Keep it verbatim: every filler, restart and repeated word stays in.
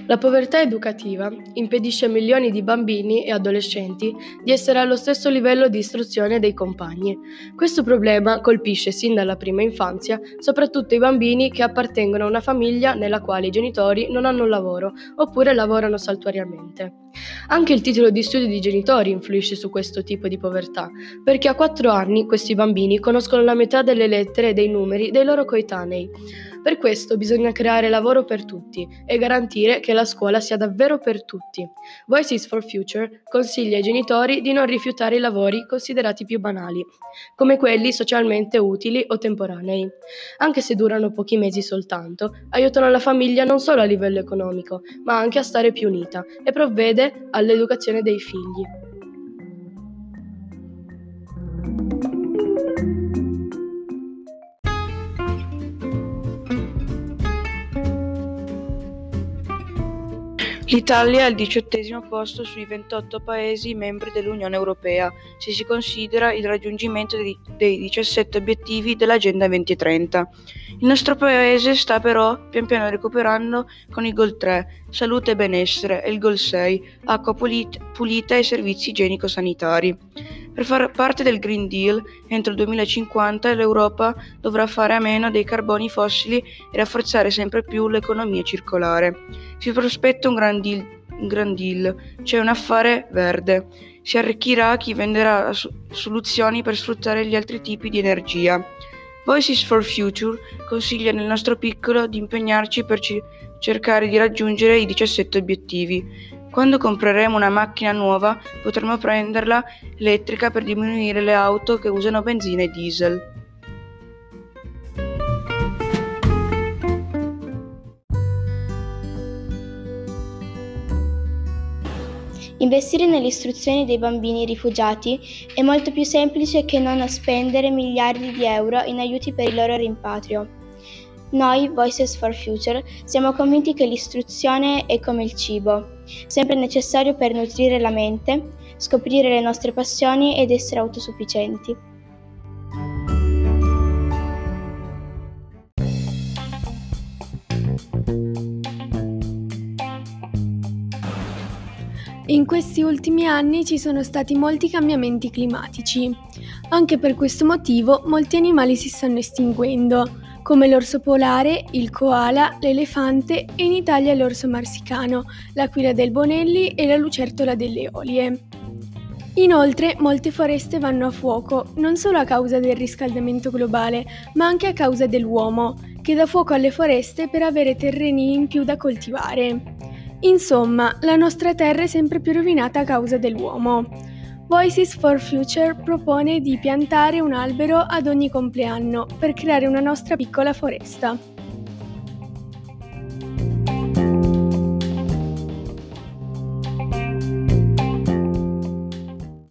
La povertà educativa impedisce a milioni di bambini e adolescenti di essere allo stesso livello di istruzione dei compagni. Questo problema colpisce sin dalla prima infanzia soprattutto i bambini che appartengono a una famiglia nella quale i genitori non hanno un lavoro oppure lavorano saltuariamente. Anche il titolo di studio dei genitori influisce su questo tipo di povertà, perché a quattro anni questi bambini conoscono la metà delle lettere e dei numeri dei loro coetanei. Per questo bisogna creare lavoro per tutti e garantire che la scuola sia davvero per tutti. Voices for Future consiglia ai genitori di non rifiutare i lavori considerati più banali, come quelli socialmente utili o temporanei. Anche se durano pochi mesi soltanto, aiutano la famiglia non solo a livello economico, ma anche a stare più unita e provvede all'educazione dei figli. L'Italia è al diciottesimo posto sui ventotto Paesi membri dell'Unione Europea, se si considera il raggiungimento dei, dei diciassette obiettivi dell'Agenda duemilatrenta. Il nostro Paese sta però pian piano recuperando con il Goal tre, salute e benessere, e il Goal sei, acqua pulit- pulita e servizi igienico-sanitari. Per far parte del Green Deal, entro il duemilacinquanta l'Europa dovrà fare a meno dei carboni fossili e rafforzare sempre più l'economia circolare. Si prospetta un Grand Deal, un Grand Deal, cioè un affare verde. Si arricchirà chi venderà soluzioni per sfruttare gli altri tipi di energia. Voices for Future consiglia nel nostro piccolo di impegnarci per ci- cercare di raggiungere i diciassette obiettivi. Quando compreremo una macchina nuova potremo prenderla elettrica per diminuire le auto che usano benzina e diesel. Investire nell'istruzione dei bambini rifugiati è molto più semplice che non spendere miliardi di euro in aiuti per il loro rimpatrio. Noi, Voices for Future, siamo convinti che l'istruzione è come il cibo, sempre necessario per nutrire la mente, scoprire le nostre passioni ed essere autosufficienti. In questi ultimi anni ci sono stati molti cambiamenti climatici. Anche per questo motivo molti animali si stanno estinguendo, come l'orso polare, il koala, l'elefante e in Italia l'orso marsicano, l'aquila del Bonelli e la lucertola delle Eolie. Inoltre, molte foreste vanno a fuoco, non solo a causa del riscaldamento globale, ma anche a causa dell'uomo, che dà fuoco alle foreste per avere terreni in più da coltivare. Insomma, la nostra terra è sempre più rovinata a causa dell'uomo. Voices for Future propone di piantare un albero ad ogni compleanno per creare una nostra piccola foresta.